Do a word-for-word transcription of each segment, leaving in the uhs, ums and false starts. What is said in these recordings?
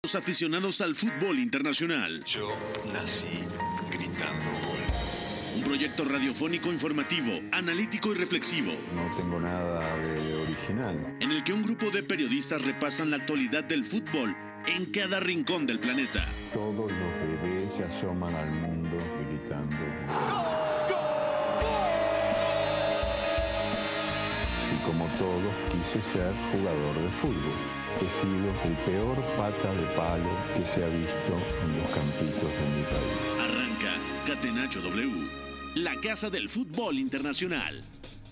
Los aficionados al fútbol internacional. Yo nací gritando gol. Un proyecto radiofónico informativo, analítico y reflexivo. No tengo nada de original. En el que un grupo de periodistas repasan la actualidad del fútbol en cada rincón del planeta. Todos los bebés se asoman al mundo gritando ¡Gol! Y como todos quise ser jugador de fútbol. He sido el peor pata de palo que se ha visto en los campitos de mi país. Arranca Catenacho W, la casa del fútbol internacional.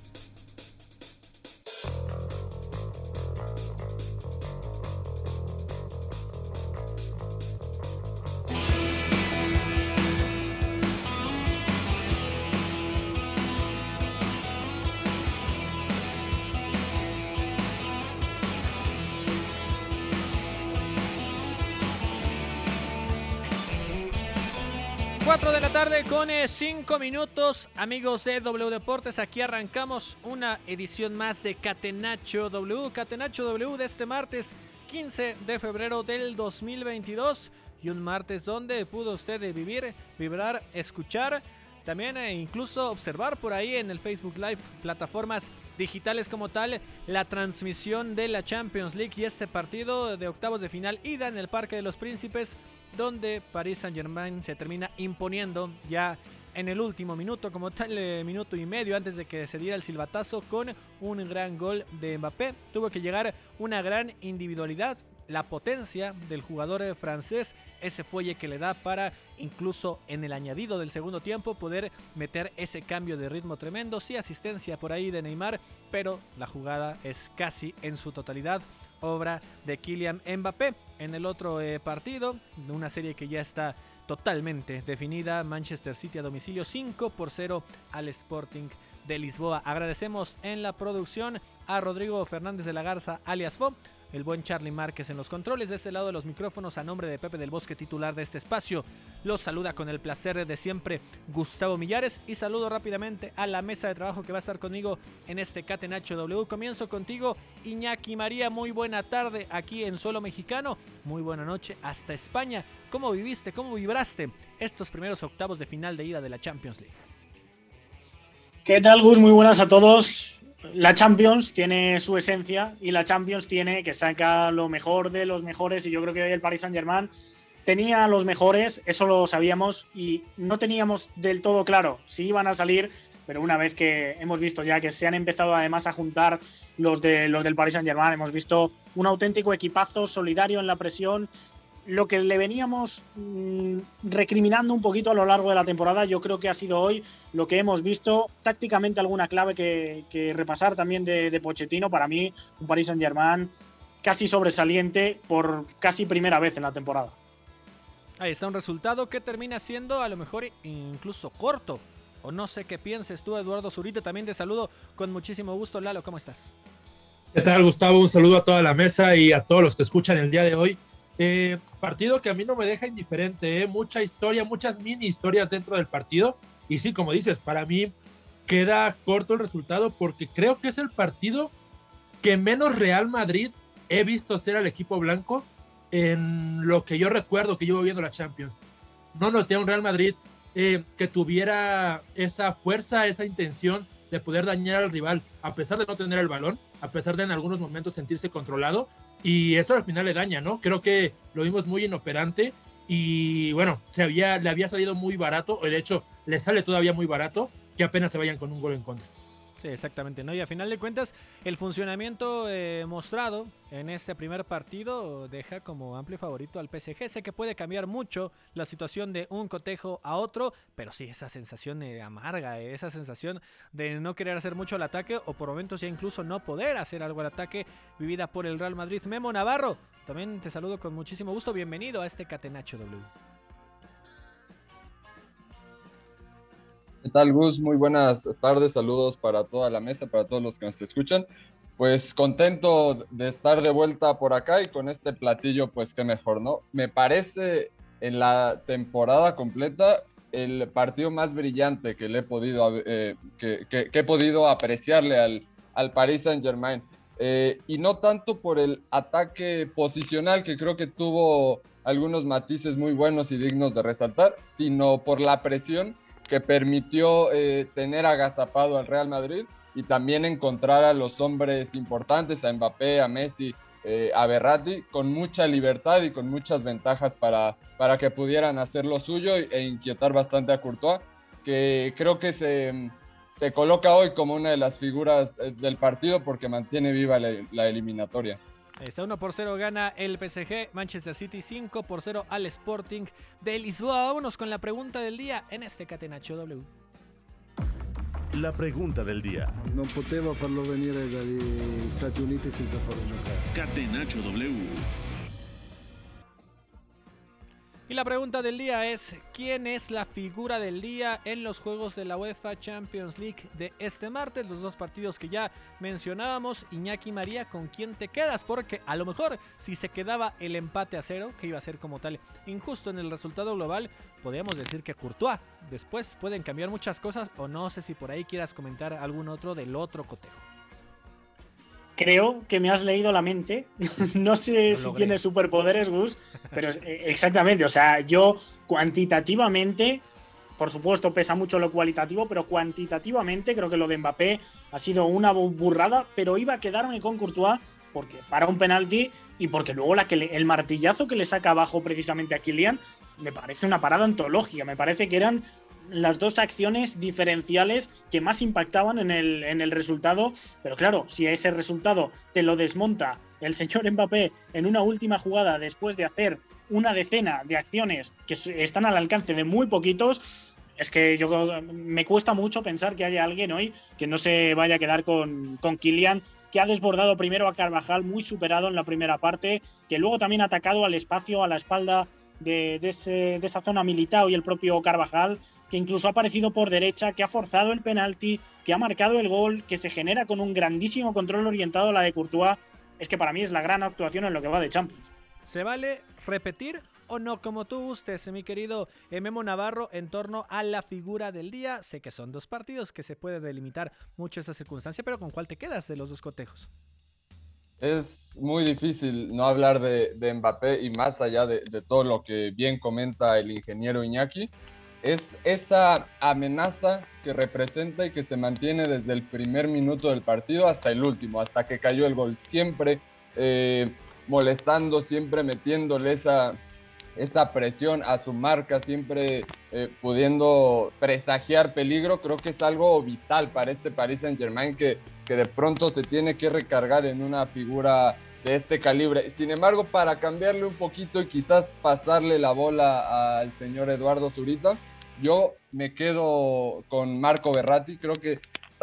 cuatro de la tarde con cinco minutos, amigos de W Deportes, aquí arrancamos una edición más de Catenacho W, Catenacho W de este martes quince de febrero del dos mil veintidós, y un martes donde pudo usted vivir, vibrar, escuchar, también e incluso observar por ahí en el Facebook Live, plataformas digitales como tal, la transmisión de la Champions League y este partido de octavos de final, ida en el Parque de los Príncipes, donde Paris Saint-Germain se termina imponiendo ya en el último minuto, como tal, eh, minuto y medio antes de que se diera el silbatazo, con un gran gol de Mbappé. Tuvo que llegar una gran individualidad, la potencia del jugador francés, ese fuelle que le da para incluso en el añadido del segundo tiempo poder meter ese cambio de ritmo tremendo. Sí, asistencia por ahí de Neymar, pero la jugada es casi en su totalidad obra de Kylian Mbappé. En el otro eh, partido, de una serie que ya está totalmente definida, Manchester City a domicilio cinco por cero al Sporting de Lisboa. Agradecemos en la producción a Rodrigo Fernández de la Garza, alias Fo, el buen Charlie Márquez en los controles. De este lado de los micrófonos, a nombre de Pepe del Bosque, titular de este espacio, los saluda con el placer de siempre Gustavo Millares, y saludo rápidamente a la mesa de trabajo que va a estar conmigo en este Catenacho W. Comienzo contigo, Iñaki María, muy buena tarde aquí en suelo mexicano, muy buena noche hasta España. ¿Cómo viviste, cómo vibraste estos primeros octavos de final de ida de la Champions League? ¿Qué tal, Gus? Muy buenas a todos. La Champions tiene su esencia y la Champions tiene que sacar lo mejor de los mejores, y yo creo que hoy el Paris Saint-Germain tenía los mejores, eso lo sabíamos, y no teníamos del todo claro si iban a salir, pero una vez que hemos visto ya que se han empezado además a juntar los, de, los del Paris Saint-Germain, hemos visto un auténtico equipazo solidario en la presión. Lo que le veníamos mmm, recriminando un poquito a lo largo de la temporada, yo creo que ha sido hoy lo que hemos visto. Tácticamente, alguna clave que, que repasar también de, de Pochettino. Para mí, un Paris Saint-Germain casi sobresaliente por casi primera vez en la temporada. Ahí está un resultado que termina siendo a lo mejor incluso corto, o no sé qué pienses tú, Eduardo Zurita. También te saludo con muchísimo gusto. Lalo, ¿cómo estás? ¿Qué tal, Gustavo? Un saludo a toda la mesa y a todos los que escuchan el día de hoy. Eh, partido que a mí no me deja indiferente, ¿eh? Mucha historia, muchas mini historias dentro del partido, y sí, como dices, para mí queda corto el resultado, porque creo que es el partido que menos Real Madrid he visto ser al equipo blanco en lo que yo recuerdo que llevo viendo la Champions. No noté a un Real Madrid eh, que tuviera esa fuerza, esa intención de poder dañar al rival, a pesar de no tener el balón, a pesar de en algunos momentos sentirse controlado. Y eso al final le daña, ¿no? Creo que lo vimos muy inoperante y bueno, se había, le había salido muy barato, o de hecho le sale todavía muy barato que apenas se vayan con un gol en contra. Sí, exactamente, ¿no? Y a final de cuentas, el funcionamiento eh, mostrado en este primer partido deja como amplio favorito al P S G. Sé que puede cambiar mucho la situación de un cotejo a otro, pero sí, esa sensación eh, amarga, eh, esa sensación de no querer hacer mucho al ataque, o por momentos ya incluso no poder hacer algo al ataque, vivida por el Real Madrid. Memo Navarro, también te saludo con muchísimo gusto. Bienvenido a este Catenacho W. ¿Qué tal, Gus? Muy buenas tardes, saludos para toda la mesa, para todos los que nos escuchan. Pues contento de estar de vuelta por acá y con este platillo, pues qué mejor, ¿no? Me parece en la temporada completa el partido más brillante que le he podido, eh, que, que, que he podido apreciarle al, al Paris Saint-Germain. eh, y no tanto por el ataque posicional, que creo que tuvo algunos matices muy buenos y dignos de resaltar, sino por la presión que permitió eh, tener agazapado al Real Madrid y también encontrar a los hombres importantes, a Mbappé, a Messi, eh, a Verratti, con mucha libertad y con muchas ventajas para, para que pudieran hacer lo suyo e inquietar bastante a Courtois, que creo que se, se coloca hoy como una de las figuras del partido porque mantiene viva la, la eliminatoria. Está uno por cero gana el P S G, Manchester City cinco por cero al Sporting de Lisboa. Vámonos con la pregunta del día en este Catenaccio W. La pregunta del día. Non poteva farlo venire dagli Stati Uniti senza farlo giocare. Catenaccio W. Y la pregunta del día es: ¿quién es la figura del día en los juegos de la UEFA Champions League de este martes? Los dos partidos que ya mencionábamos. Iñaki María, ¿con quién te quedas? Porque a lo mejor si se quedaba el empate a cero, que iba a ser como tal injusto en el resultado global, podríamos decir que Courtois. Después pueden cambiar muchas cosas, o no sé si por ahí quieras comentar algún otro del otro cotejo. Creo que me has leído la mente. No sé si tiene superpoderes, Gus, pero exactamente. O sea, yo cuantitativamente, por supuesto, pesa mucho lo cualitativo, pero cuantitativamente creo que lo de Mbappé ha sido una burrada, pero iba a quedarme con Courtois porque para un penalti y porque luego la que le, el martillazo que le saca abajo precisamente a Kylian me parece una parada antológica. Me parece que eran las dos acciones diferenciales que más impactaban en el, en el resultado, pero claro, si ese resultado te lo desmonta el señor Mbappé en una última jugada después de hacer una decena de acciones que están al alcance de muy poquitos, es que yo me cuesta mucho pensar que haya alguien hoy que no se vaya a quedar con, con Kylian, que ha desbordado primero a Carvajal, muy superado en la primera parte, que luego también ha atacado al espacio, a la espalda De, de, ese, de esa zona Militao y el propio Carvajal, que incluso ha aparecido por derecha, que ha forzado el penalti, que ha marcado el gol, que se genera con un grandísimo control orientado a la de Courtois. Es que para mí es la gran actuación en lo que va de Champions. ¿Se vale repetir o no, como tú gustes, mi querido Memo Navarro, en torno a la figura del día? Sé que son dos partidos, que se puede delimitar mucho esa circunstancia, pero ¿con cuál te quedas de los dos cotejos? Es muy difícil no hablar de, de Mbappé, y más allá de, de todo lo que bien comenta el ingeniero Iñaki, es esa amenaza que representa y que se mantiene desde el primer minuto del partido hasta el último, hasta que cayó el gol. Siempre eh, molestando, siempre metiéndole esa, esa presión a su marca, siempre eh, pudiendo presagiar peligro. Creo que es algo vital para este Paris Saint-Germain que que de pronto se tiene que recargar en una figura de este calibre. Sin embargo, para cambiarle un poquito y quizás pasarle la bola al señor Eduardo Zurita, yo me quedo con Marco Verratti. Creo que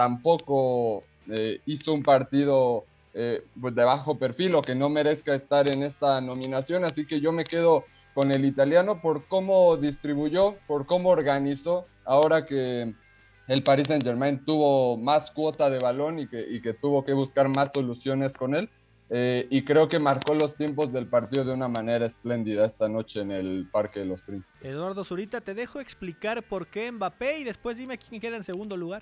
tampoco eh, hizo un partido eh, pues de bajo perfil o que no merezca estar en esta nominación, así que yo me quedo con el italiano por cómo distribuyó, por cómo organizó, ahora que el Paris Saint-Germain tuvo más cuota de balón y que, y que tuvo que buscar más soluciones con él. Eh, y creo que marcó los tiempos del partido de una manera espléndida esta noche en el Parque de los Príncipes. Eduardo Zurita, te dejo explicar por qué Mbappé y después dime quién queda en segundo lugar.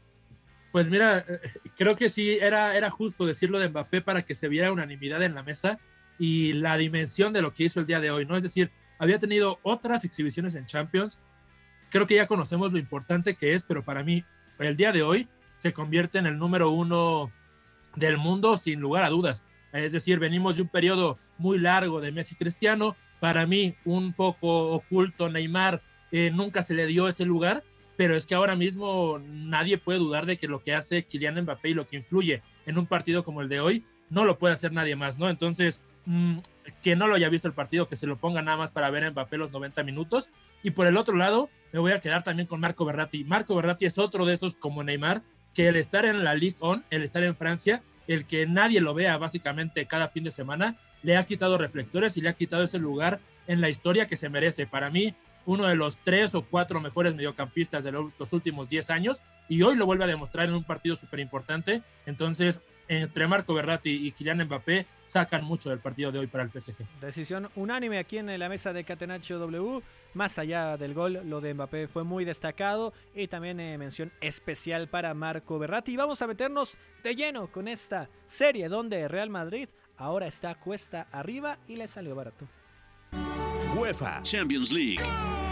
Pues mira, creo que sí, era, era justo decirlo de Mbappé para que se viera unanimidad en la mesa y la dimensión de lo que hizo el día de hoy, ¿no? Es decir, había tenido otras exhibiciones en Champions. Creo que ya conocemos lo importante que es, pero para mí, el día de hoy se convierte en el número uno del mundo sin lugar a dudas. Es decir, venimos de un periodo muy largo de Messi Cristiano. Para mí, un poco oculto Neymar, eh, nunca se le dio ese lugar, pero es que ahora mismo nadie puede dudar de que lo que hace Kylian Mbappé y lo que influye en un partido como el de hoy, no lo puede hacer nadie más, ¿no? Entonces, mmm, que no lo haya visto el partido, que se lo ponga nada más para ver a Mbappé los noventa minutos. Y por el otro lado, me voy a quedar también con Marco Verratti. Marco Verratti es otro de esos como Neymar, que el estar en la Ligue uno, el estar en Francia, el que nadie lo vea básicamente cada fin de semana, le ha quitado reflectores y le ha quitado ese lugar en la historia que se merece. Para mí, uno de los tres o cuatro mejores mediocampistas de los últimos diez años, y hoy lo vuelve a demostrar en un partido súper importante. Entonces, entre Marco Verratti y Kylian Mbappé sacan mucho del partido de hoy para el P S G. Decisión unánime aquí en la mesa de Catenaccio W. más allá del gol, lo de Mbappé fue muy destacado y también eh, mención especial para Marco Verratti. Y vamos a meternos de lleno con esta serie donde Real Madrid ahora está cuesta arriba y le salió barato. UEFA Champions League.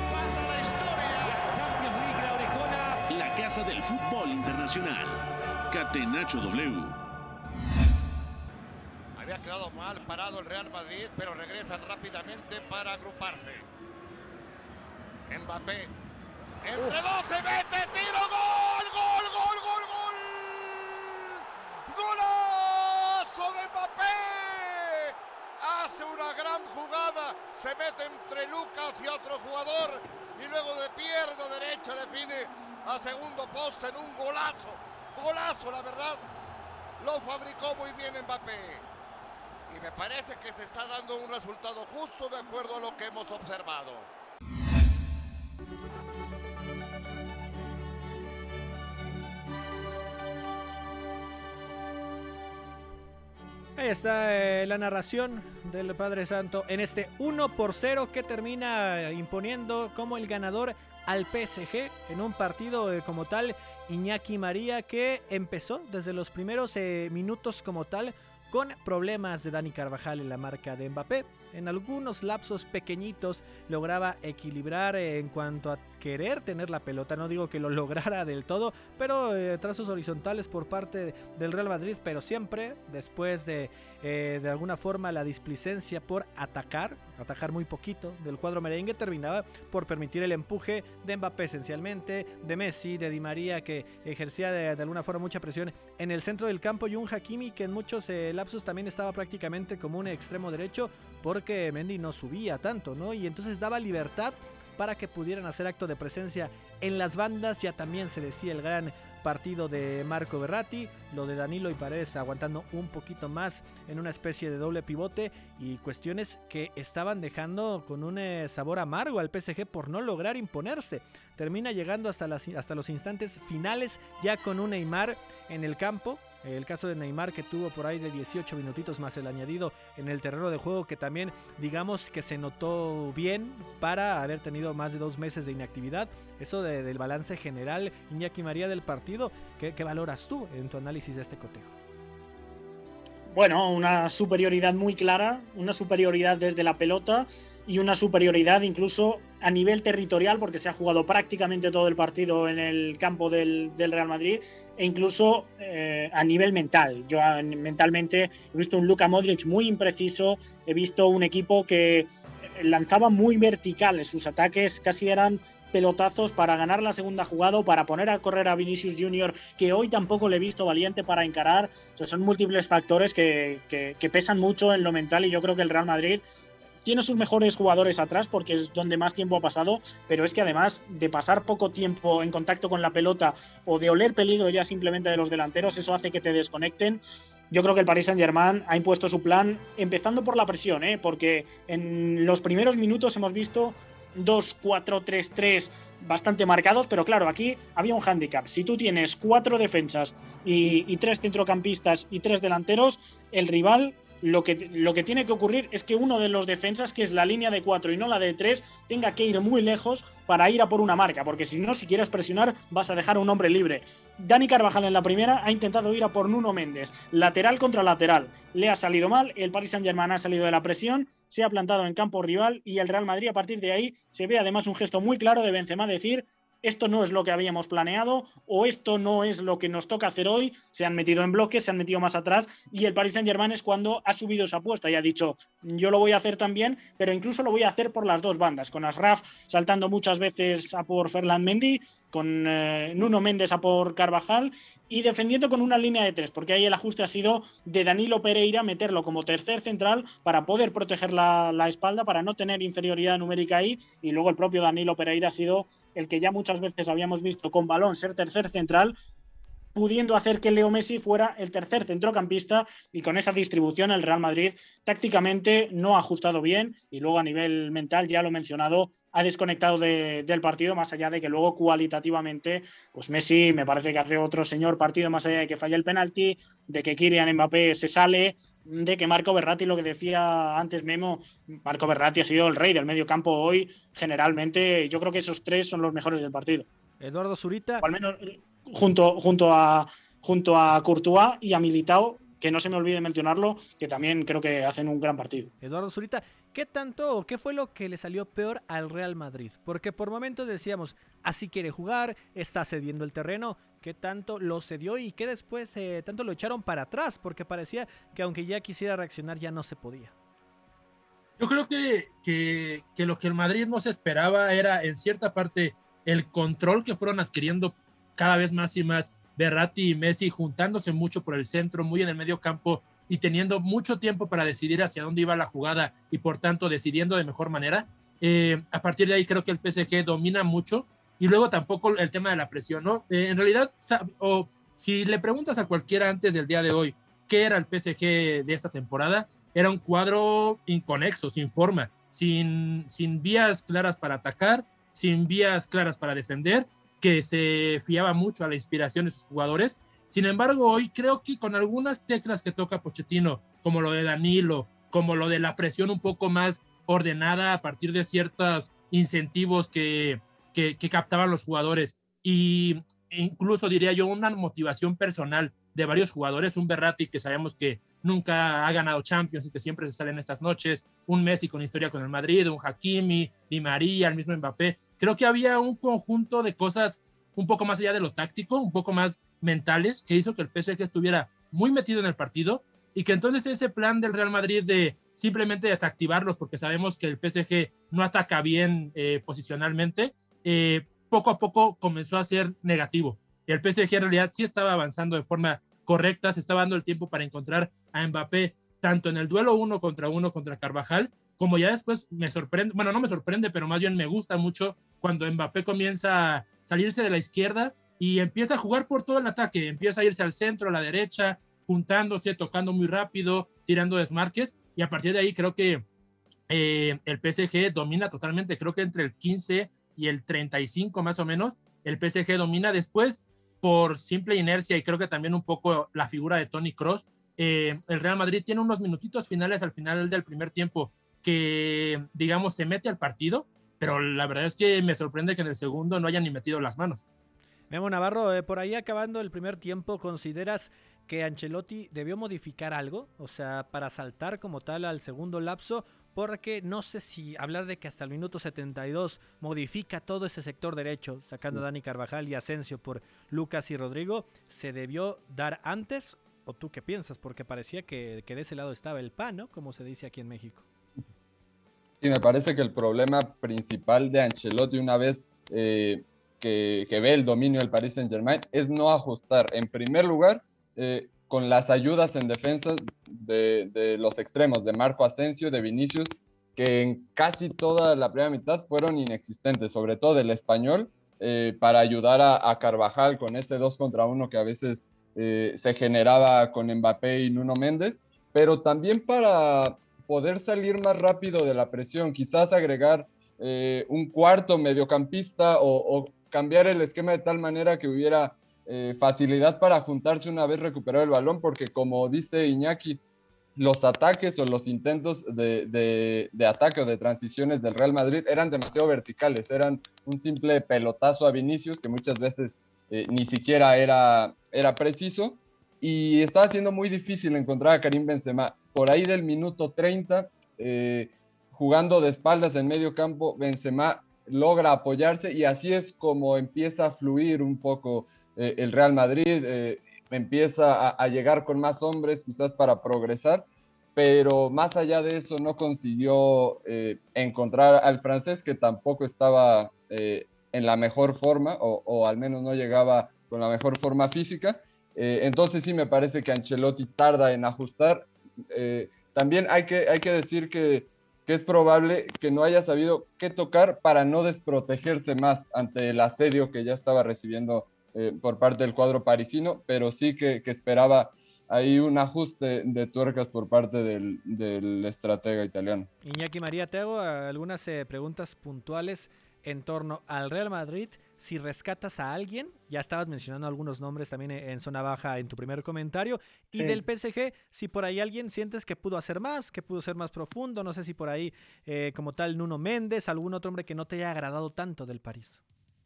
La casa del fútbol internacional. Catenacho W. Había quedado mal parado el Real Madrid, pero regresan rápidamente para agruparse. Mbappé. Entre dos se mete, tiro, gol, gol, gol, gol, gol. ¡Golazo de Mbappé! Hace una gran jugada, se mete entre Lucas y otro jugador y luego de pierna derecha define a segundo poste en un golazo. Golazo, la verdad. Lo fabricó muy bien Mbappé. Y me parece que se está dando un resultado justo de acuerdo a lo que hemos observado. Ahí está eh, la narración del Padre Santo en este uno por cero que termina imponiendo como el ganador al P S G en un partido eh, como tal. Iñaki María, que empezó desde los primeros eh, minutos como tal con problemas de Dani Carvajal en la marca de Mbappé. En algunos lapsos pequeñitos lograba equilibrar eh, en cuanto a querer tener la pelota. No digo que lo lograra del todo, pero eh, trazos horizontales por parte del Real Madrid, pero siempre después de eh, de alguna forma la displicencia por atacar, atacar muy poquito del cuadro merengue, terminaba por permitir el empuje de Mbappé esencialmente, de Messi, de Di María, que ejercía de, de alguna forma mucha presión en el centro del campo, y un Hakimi que en muchos eh, lapsos también estaba prácticamente como un extremo derecho, porque Mendy no subía tanto, ¿no? Y entonces daba libertad para que pudieran hacer acto de presencia en las bandas. Ya también se decía el gran partido de Marco Verratti, lo de Danilo y Paredes aguantando un poquito más en una especie de doble pivote, y cuestiones que estaban dejando con un eh, sabor amargo al P S G por no lograr imponerse. Termina llegando hasta, las, hasta los instantes finales ya con un Neymar en el campo. El caso de Neymar, que tuvo por ahí de dieciocho minutitos más el añadido en el terreno de juego, que también digamos que se notó bien para haber tenido más de dos meses de inactividad. Eso de, del balance general, Iñaki María, del partido, ¿qué, qué valoras tú en tu análisis de este cotejo? Bueno, una superioridad muy clara, una superioridad desde la pelota y una superioridad incluso a nivel territorial, porque se ha jugado prácticamente todo el partido en el campo del, del Real Madrid, e incluso eh, a nivel mental. Yo mentalmente he visto un Luka Modric muy impreciso, he visto un equipo que lanzaba muy verticales, sus ataques casi eran pelotazos para ganar la segunda jugada o para poner a correr a Vinicius Junior, que hoy tampoco le he visto valiente para encarar. O sea, son múltiples factores que, que, que pesan mucho en lo mental, y yo creo que el Real Madrid tiene sus mejores jugadores atrás porque es donde más tiempo ha pasado, pero es que además de pasar poco tiempo en contacto con la pelota o de oler peligro ya simplemente de los delanteros, eso hace que te desconecten. Yo creo que el Paris Saint-Germain ha impuesto su plan, empezando por la presión, ¿eh? Porque en los primeros minutos hemos visto dos cuatro tres tres bastante marcados, pero claro, aquí había un hándicap. Si tú tienes cuatro defensas y, y tres centrocampistas y tres delanteros, el rival lo que, lo que tiene que ocurrir es que uno de los defensas, que es la línea de cuatro y no la de tres, tenga que ir muy lejos para ir a por una marca, porque si no, si quieres presionar, vas a dejar a un hombre libre. Dani Carvajal en la primera ha intentado ir a por Nuno Méndez, lateral contra lateral. Le ha salido mal, el Paris Saint-Germain ha salido de la presión, se ha plantado en campo rival, y el Real Madrid a partir de ahí se ve además un gesto muy claro de Benzema, decir: esto no es lo que habíamos planeado, o esto no es lo que nos toca hacer hoy. Se han metido en bloques, se han metido más atrás, y el Paris Saint-Germain es cuando ha subido esa apuesta y ha dicho: yo lo voy a hacer también, pero incluso lo voy a hacer por las dos bandas, con Ashraf saltando muchas veces a por Ferland Mendy, con eh, Nuno Méndez a por Carvajal, y defendiendo con una línea de tres, porque ahí el ajuste ha sido de Danilo Pereira, meterlo como tercer central para poder proteger la, la espalda, para no tener inferioridad numérica ahí, y luego el propio Danilo Pereira ha sido el que ya muchas veces habíamos visto con balón ser tercer central, pudiendo hacer que Leo Messi fuera el tercer centrocampista, y con esa distribución el Real Madrid tácticamente no ha ajustado bien, y luego a nivel mental, ya lo he mencionado, ha desconectado de, del partido, más allá de que luego cualitativamente pues Messi me parece que hace otro señor partido, más allá de que falla el penalti, de que Kylian Mbappé se sale, de que Marco Verratti, lo que decía antes Memo, Marco Verratti ha sido el rey del medio campo hoy. Generalmente, yo creo que esos tres son los mejores del partido. Eduardo Zurita. O al menos junto, junto, a, junto a Courtois y a Militao, que no se me olvide mencionarlo, que también creo que hacen un gran partido. Eduardo Zurita, ¿qué tanto o qué fue lo que le salió peor al Real Madrid? Porque por momentos decíamos, así quiere jugar, está cediendo el terreno. ¿Qué tanto lo cedió y qué después eh, tanto lo echaron para atrás? Porque parecía que aunque ya quisiera reaccionar, ya no se podía. Yo creo que, que, que lo que el Madrid no se esperaba era en cierta parte el control que fueron adquiriendo cada vez más y más Verratti y Messi, juntándose mucho por el centro, muy en el medio campo y teniendo mucho tiempo para decidir hacia dónde iba la jugada y por tanto decidiendo de mejor manera. Eh, a partir de ahí creo que el P S G domina mucho y luego tampoco el tema de la presión, ¿no? Eh, en realidad, o si le preguntas a cualquiera antes del día de hoy qué era el P S G de esta temporada, era un cuadro inconexo, sin forma, sin, sin vías claras para atacar, sin vías claras para defender, que se fiaba mucho a la inspiración de sus jugadores. Sin embargo, hoy creo que con algunas teclas que toca Pochettino, como lo de Danilo, como lo de la presión un poco más ordenada a partir de ciertos incentivos que, que, que captaban los jugadores y incluso diría yo una motivación personal de varios jugadores, un Verratti que sabemos que nunca ha ganado Champions y que siempre se sale en estas noches, un Messi con historia con el Madrid, un Hakimi, Di María, el mismo Mbappé. Creo que había un conjunto de cosas un poco más allá de lo táctico, un poco más mentales, que hizo que el P S G estuviera muy metido en el partido y que entonces ese plan del Real Madrid de simplemente desactivarlos, porque sabemos que el P S G no ataca bien eh, posicionalmente, eh, poco a poco comenzó a ser negativo. El P S G en realidad sí estaba avanzando de forma correcta, se estaba dando el tiempo para encontrar a Mbappé tanto en el duelo uno contra uno contra Carvajal, como ya después me sorprende, bueno, no me sorprende, pero más bien me gusta mucho cuando Mbappé comienza a salirse de la izquierda y empieza a jugar por todo el ataque, empieza a irse al centro, a la derecha, juntándose, tocando muy rápido, tirando desmarques, y a partir de ahí creo que eh, el P S G domina totalmente, creo que entre el quince y el treinta y cinco más o menos, el P S G domina. Después, por simple inercia y creo que también un poco la figura de Toni Kroos, eh, el Real Madrid tiene unos minutitos finales al final del primer tiempo que, digamos, se mete al partido, pero la verdad es que me sorprende que en el segundo no hayan ni metido las manos. Memo Navarro, eh, por ahí acabando el primer tiempo, ¿consideras que Ancelotti debió modificar algo? O sea, para saltar como tal al segundo lapso, porque no sé si hablar de que hasta el minuto setenta y dos modifica todo ese sector derecho, sacando a Dani Carvajal y Asensio por Lucas y Rodrigo, ¿se debió dar antes? ¿O tú qué piensas? Porque parecía que, que de ese lado estaba el pan, ¿no? Como se dice aquí en México. Sí, me parece que el problema principal de Ancelotti una vez eh, que, que ve el dominio del Paris Saint-Germain es no ajustar. En primer lugar, eh, con las ayudas en defensa de, de los extremos, de Marco Asensio, de Vinicius, que en casi toda la primera mitad fueron inexistentes, sobre todo del español, eh, para ayudar a, a Carvajal con ese dos contra uno que a veces eh, se generaba con Mbappé y Nuno Méndez, pero también para poder salir más rápido de la presión, quizás agregar eh, un cuarto mediocampista o, o cambiar el esquema de tal manera que hubiera eh, facilidad para juntarse una vez recuperado el balón, porque como dice Iñaki, los ataques o los intentos de, de, de ataque o de transiciones del Real Madrid eran demasiado verticales, eran un simple pelotazo a Vinicius que muchas veces eh, ni siquiera era, era preciso, y estaba siendo muy difícil encontrar a Karim Benzema. Por ahí del minuto treinta, eh, jugando de espaldas en medio campo, Benzema logra apoyarse y así es como empieza a fluir un poco eh, el Real Madrid, eh, empieza a, a llegar con más hombres quizás para progresar, pero más allá de eso no consiguió eh, encontrar al francés, que tampoco estaba eh, en la mejor forma o, o al menos no llegaba con la mejor forma física. Eh, entonces sí me parece que Ancelotti tarda en ajustar. Eh, también hay que, hay que decir que, que es probable que no haya sabido qué tocar para no desprotegerse más ante el asedio que ya estaba recibiendo eh, por parte del cuadro parisino, pero sí que, que esperaba ahí un ajuste de tuercas por parte del, del estratega italiano. Iñaki María, te hago algunas eh, preguntas puntuales en torno al Real Madrid, si rescatas a alguien, ya estabas mencionando algunos nombres también en zona baja en tu primer comentario, y sí. Del P S G, si por ahí alguien sientes que pudo hacer más, que pudo ser más profundo, no sé si por ahí eh, como tal Nuno Méndez, algún otro hombre que no te haya agradado tanto del París.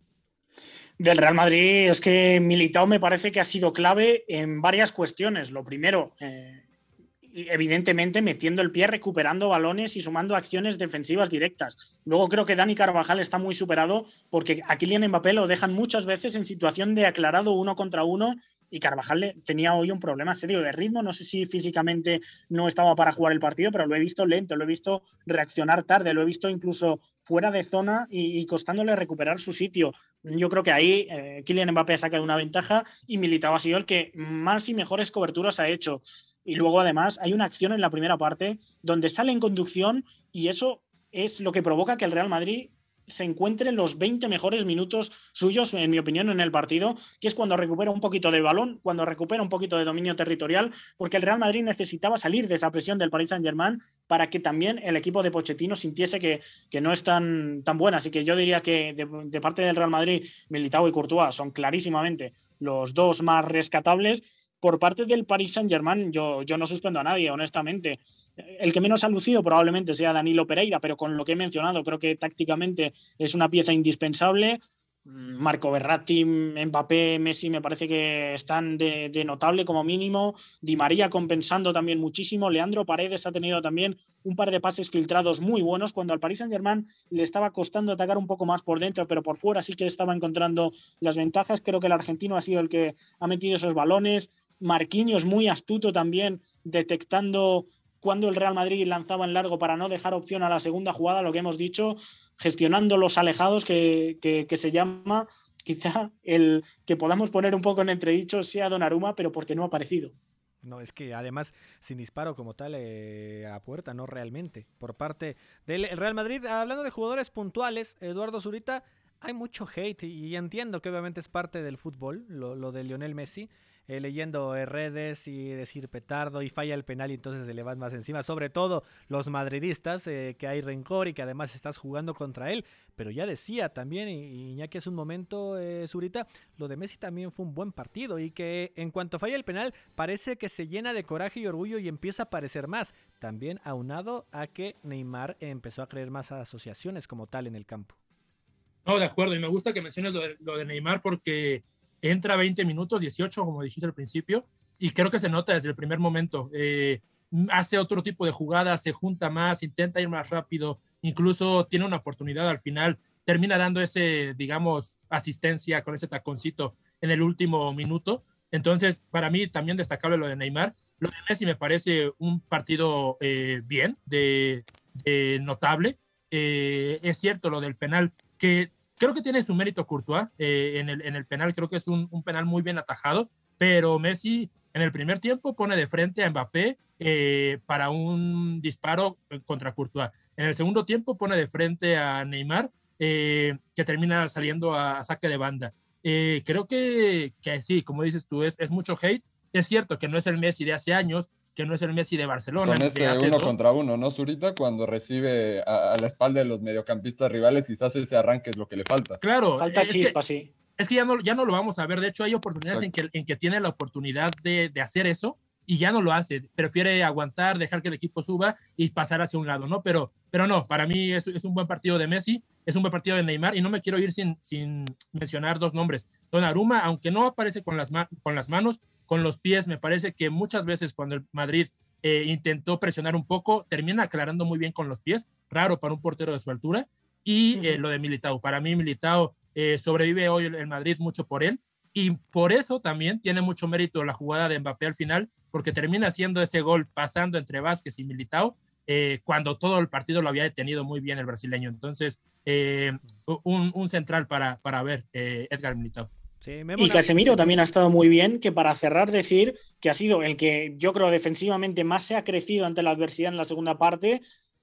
Del Real Madrid es que Militao me parece que ha sido clave en varias cuestiones. Lo primero, eh, evidentemente metiendo el pie, recuperando balones y sumando acciones defensivas directas. Luego creo que Dani Carvajal está muy superado porque a Kylian Mbappé lo dejan muchas veces en situación de aclarado uno contra uno y Carvajal tenía hoy un problema serio de ritmo. No sé si físicamente no estaba para jugar el partido, pero lo he visto lento, lo he visto reaccionar tarde, lo he visto incluso fuera de zona y, y costándole recuperar su sitio. Yo creo que ahí eh, Kylian Mbappé ha sacado una ventaja y Militao ha sido el que más y mejores coberturas ha hecho. Y luego, además, hay una acción en la primera parte donde sale en conducción y eso es lo que provoca que el Real Madrid se encuentre en los veinte mejores minutos suyos, en mi opinión, en el partido, que es cuando recupera un poquito de balón, cuando recupera un poquito de dominio territorial, porque el Real Madrid necesitaba salir de esa presión del Paris Saint-Germain para que también el equipo de Pochettino sintiese que, que no es tan, tan buena. Así que yo diría que de, de parte del Real Madrid, Militao y Courtois son clarísimamente los dos más rescatables. Por parte del Paris Saint-Germain, yo, yo no suspendo a nadie, honestamente. El que menos ha lucido probablemente sea Danilo Pereira, pero con lo que he mencionado, creo que tácticamente es una pieza indispensable. Marco Verratti, Mbappé, Messi me parece que están de, de notable como mínimo. Di María compensando también muchísimo. Leandro Paredes ha tenido también un par de pases filtrados muy buenos cuando al Paris Saint-Germain le estaba costando atacar un poco más por dentro, pero por fuera sí que estaba encontrando las ventajas. Creo que el argentino ha sido el que ha metido esos balones. Marquinhos muy astuto también, detectando cuando el Real Madrid lanzaba en largo para no dejar opción a la segunda jugada, lo que hemos dicho, gestionando los alejados que, que, que se llama, quizá el que podamos poner un poco en entredicho sea Donnarumma, pero porque no ha aparecido. No, es que además sin disparo como tal eh, a puerta, no realmente, por parte del Real Madrid. Hablando de jugadores puntuales, Eduardo Zurita, hay mucho hate y entiendo que obviamente es parte del fútbol, lo, lo de Lionel Messi. Eh, leyendo eh, redes y decir petardo y falla el penal y entonces se le van más encima, sobre todo los madridistas, eh, que hay rencor y que además estás jugando contra él, pero ya decía también y, y ya que es un momento, eh, Zurita, lo de Messi también fue un buen partido y que en cuanto falla el penal parece que se llena de coraje y orgullo y empieza a aparecer más, también aunado a que Neymar empezó a creer más a asociaciones como tal en el campo. No, de acuerdo, y me gusta que menciones lo de, lo de Neymar porque entra veinte minutos, dieciocho, como dijiste al principio, y creo que se nota desde el primer momento. Eh, hace otro tipo de jugadas, se junta más, intenta ir más rápido, incluso tiene una oportunidad al final, termina dando ese, digamos, asistencia con ese taconcito en el último minuto. Entonces, para mí también destacable lo de Neymar. Lo de Messi me parece un partido eh, bien, de, de notable. Eh, es cierto lo del penal, que creo que tiene su mérito Courtois eh, en, el, en el penal, creo que es un, un penal muy bien atajado, pero Messi en el primer tiempo pone de frente a Mbappé eh, para un disparo contra Courtois. En el segundo tiempo pone de frente a Neymar, eh, que termina saliendo a, a saque de banda. Eh, creo que, que sí, como dices tú, es, es mucho hate. Es cierto que no es el Messi de hace años, que no es el Messi de Barcelona. Con ese de hace uno dos. contra uno, ¿no, Zurita? Cuando recibe a, a la espalda de los mediocampistas rivales y se hace ese arranque es lo que le falta. Claro. Falta es chispa, que, sí. Es que ya no, ya no lo vamos a ver. De hecho, hay oportunidades en que, en que tiene la oportunidad de, de hacer eso y ya no lo hace. Prefiere aguantar, dejar que el equipo suba y pasar hacia un lado, ¿no? Pero, pero no, para mí es, es un buen partido de Messi, es un buen partido de Neymar y no me quiero ir sin, sin mencionar dos nombres. Donnarumma, aunque no aparece con las, ma- con las manos, con los pies, me parece que muchas veces cuando el Madrid eh, intentó presionar un poco, termina aclarando muy bien con los pies, raro para un portero de su altura. Y eh, lo de Militao, para mí Militao eh, sobrevive hoy el Madrid mucho por él, y por eso también tiene mucho mérito la jugada de Mbappé al final, porque termina haciendo ese gol pasando entre Vázquez y Militao, eh, cuando todo el partido lo había detenido muy bien el brasileño. Entonces, eh, un, un central para, para ver, eh, Edgar Militao. Sí, y Casemiro también ha estado muy bien, que para cerrar decir que ha sido el que yo creo defensivamente más se ha crecido ante la adversidad en la segunda parte,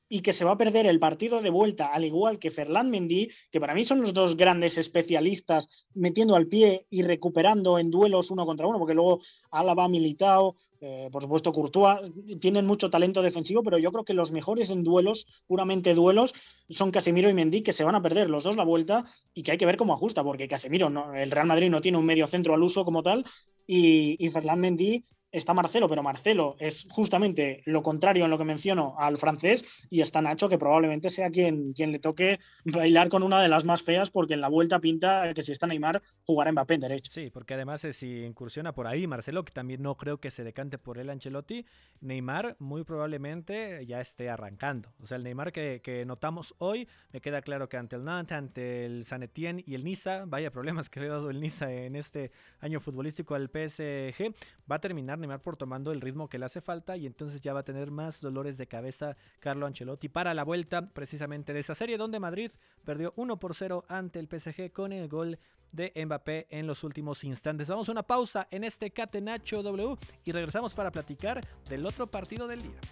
y que se va a perder el partido de vuelta, al igual que Ferland Mendy, que para mí son los dos grandes especialistas metiendo al pie y recuperando en duelos uno contra uno, porque luego Álava, Militao, eh, por supuesto Courtois, tienen mucho talento defensivo, pero yo creo que los mejores en duelos, puramente duelos, son Casemiro y Mendy, que se van a perder los dos la vuelta y que hay que ver cómo ajusta, porque Casemiro, no, el Real Madrid no tiene un medio centro al uso como tal, y, y Ferland Mendy está Marcelo, pero Marcelo es justamente lo contrario en lo que menciono al francés, y está Nacho, que probablemente sea quien, quien le toque bailar con una de las más feas, porque en la vuelta pinta que si está Neymar jugará Mbappé en derecho. Sí, porque además eh, si incursiona por ahí Marcelo, que también no creo que se decante por él Ancelotti, Neymar muy probablemente ya esté arrancando. O sea, el Neymar que, que notamos hoy, me queda claro que ante el Nantes, ante el Saint Etienne y el Niza, vaya problemas que le ha dado el Niza en este año futbolístico al P S G, va a terminar Neymar por tomando el ritmo que le hace falta, y entonces ya va a tener más dolores de cabeza Carlo Ancelotti para la vuelta precisamente de esa serie donde Madrid perdió uno por cero ante el P S G con el gol de Mbappé en los últimos instantes. Vamos a una pausa en este Catenaccio W y regresamos para platicar del otro partido del día.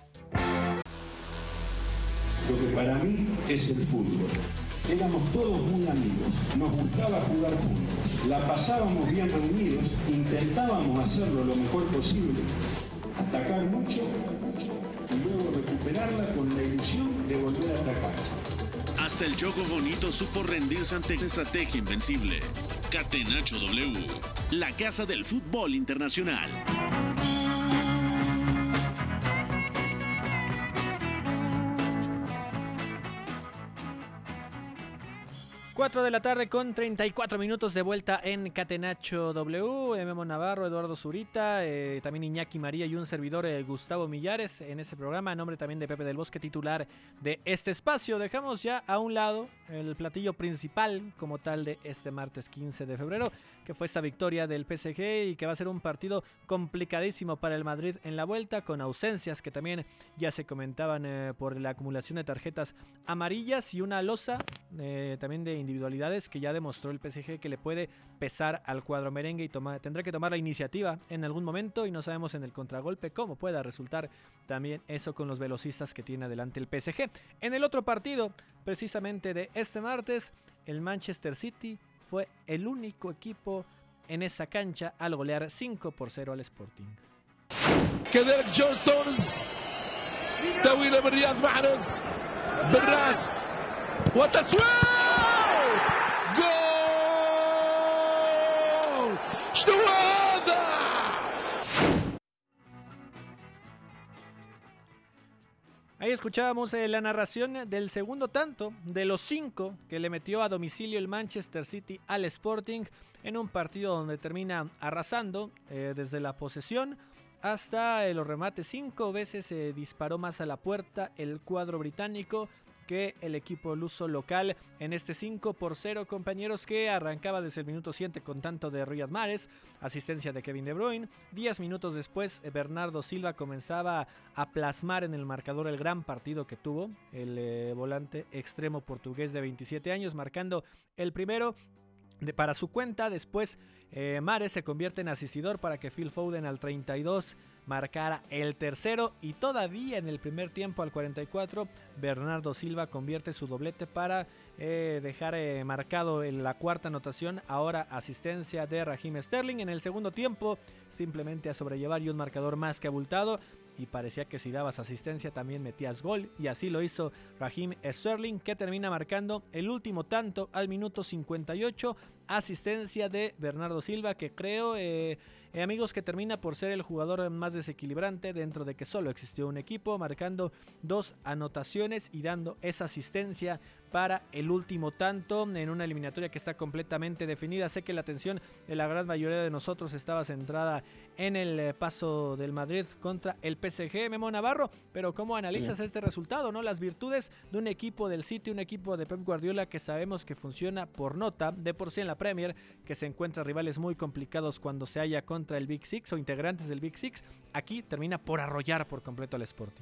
Lo que para mí es el fútbol. Éramos todos muy amigos, nos gustaba jugar juntos, la pasábamos bien reunidos, intentábamos hacerlo lo mejor posible, atacar mucho y luego recuperarla con la ilusión de volver a atacar. Hasta el Choco Bonito supo rendirse ante la estrategia invencible. Catenaccio W, la casa del fútbol internacional. cuatro de la tarde con treinta y cuatro minutos de vuelta en Catenaccio W. Memo Navarro, Eduardo Zurita, eh, también Iñaki María y un servidor, eh, Gustavo Millares, en ese programa, a nombre también de Pepe del Bosque, titular de este espacio. Dejamos ya a un lado el platillo principal como tal de este martes quince de febrero, que fue esta victoria del P S G y que va a ser un partido complicadísimo para el Madrid en la vuelta, con ausencias que también ya se comentaban eh, por la acumulación de tarjetas amarillas y una losa eh, también de individualidades que ya demostró el P S G que le puede pesar al cuadro merengue, y toma, tendrá que tomar la iniciativa en algún momento, y no sabemos en el contragolpe cómo pueda resultar también eso con los velocistas que tiene adelante el P S G. En el otro partido, precisamente de este martes, el Manchester City fue el único equipo en esa cancha al golear cinco por cero al Sporting. كذلك جون ستونز طويلة من رياض محرز بالراس وتسويق جول شنو هذا. Ahí escuchábamos eh, la narración del segundo tanto de los cinco que le metió a domicilio el Manchester City al Sporting en un partido donde termina arrasando eh, desde la posesión hasta eh, los remates. Cinco veces se eh, disparó más a la puerta el cuadro británico que el equipo luso local en este cinco por cero, compañeros, que arrancaba desde el minuto siete con tanto de Riyad Mahrez, asistencia de Kevin De Bruyne. Diez minutos después, Bernardo Silva comenzaba a plasmar en el marcador el gran partido que tuvo el eh, volante extremo portugués de veintisiete años, marcando el primero de, para su cuenta. Después eh, Mahrez se convierte en asistidor para que Phil Foden al treinta y dos marcara el tercero, y todavía en el primer tiempo al cuarenta y cuatro Bernardo Silva convierte su doblete para eh, dejar eh, marcado en la cuarta anotación, ahora asistencia de Raheem Sterling. En el segundo tiempo simplemente a sobrellevar y un marcador más que abultado, y parecía que si dabas asistencia también metías gol, y así lo hizo Raheem Sterling, que termina marcando el último tanto al minuto cincuenta y ocho, asistencia de Bernardo Silva, que creo eh, eh, amigos que termina por ser el jugador más desequilibrante dentro de que solo existió un equipo, marcando dos anotaciones y dando esa asistencia para el último tanto en una eliminatoria que está completamente definida. Sé que la atención de la gran mayoría de nosotros estaba centrada en el paso del Madrid contra el P S G, Memo Navarro, pero ¿cómo analizas este resultado, no? Las virtudes de un equipo del City, un equipo de Pep Guardiola que sabemos que funciona por nota, de por sí en la Premier, que se encuentra rivales muy complicados cuando se halla contra el Big Six o integrantes del Big Six. Aquí termina por arrollar por completo al Sporting.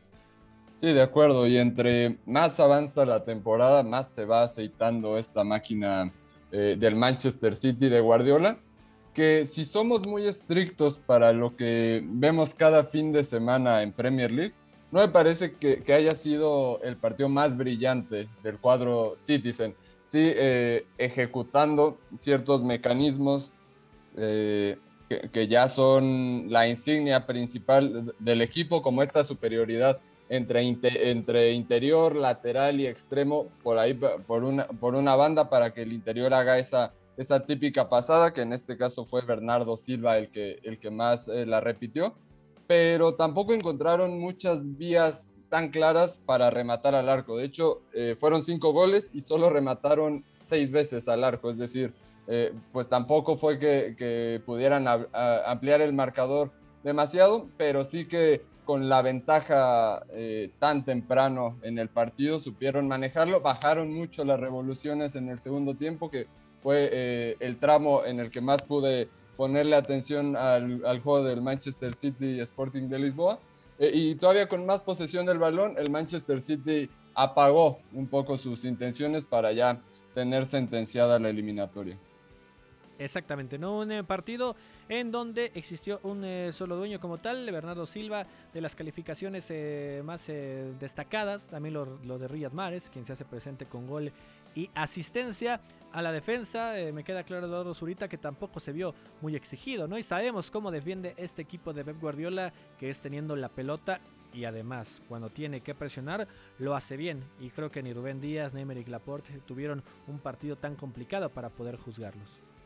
Sí, de acuerdo, y entre más avanza la temporada, más se va aceitando esta máquina eh, del Manchester City de Guardiola, que si somos muy estrictos para lo que vemos cada fin de semana en Premier League, no me parece que, que haya sido el partido más brillante del cuadro Citizen. Sí, eh, ejecutando ciertos mecanismos eh, que, que ya son la insignia principal del equipo, como esta superioridad entre, entre interior, lateral y extremo, por ahí por una, por una banda, para que el interior haga esa, esa típica pasada, que en este caso fue Bernardo Silva el que, el que más eh, la repitió, pero tampoco encontraron muchas vías tan claras para rematar al arco. De hecho, eh, fueron cinco goles y solo remataron seis veces al arco, es decir, eh, pues tampoco fue que, que pudieran a, a ampliar el marcador demasiado, pero sí que con la ventaja eh, tan temprano en el partido supieron manejarlo. Bajaron mucho las revoluciones en el segundo tiempo, que fue eh, el tramo en el que más pude ponerle atención al, al juego del Manchester City Sporting de Lisboa. Eh, y todavía con más posesión del balón, el Manchester City apagó un poco sus intenciones para ya tener sentenciada la eliminatoria. Exactamente, ¿no? Un eh, partido en donde existió un eh, solo dueño como tal, Bernardo Silva, de las calificaciones eh, más eh, destacadas, también lo, lo de Riyad Mahrez, quien se hace presente con gol y asistencia. A la defensa, eh, me queda claro Eduardo Zurita, que tampoco se vio muy exigido, ¿no? Y sabemos cómo defiende este equipo de Pep Guardiola, que es teniendo la pelota y además cuando tiene que presionar lo hace bien, y creo que ni Rubén Díaz ni Aymeric Laporte tuvieron un partido tan complicado para poder juzgarlos.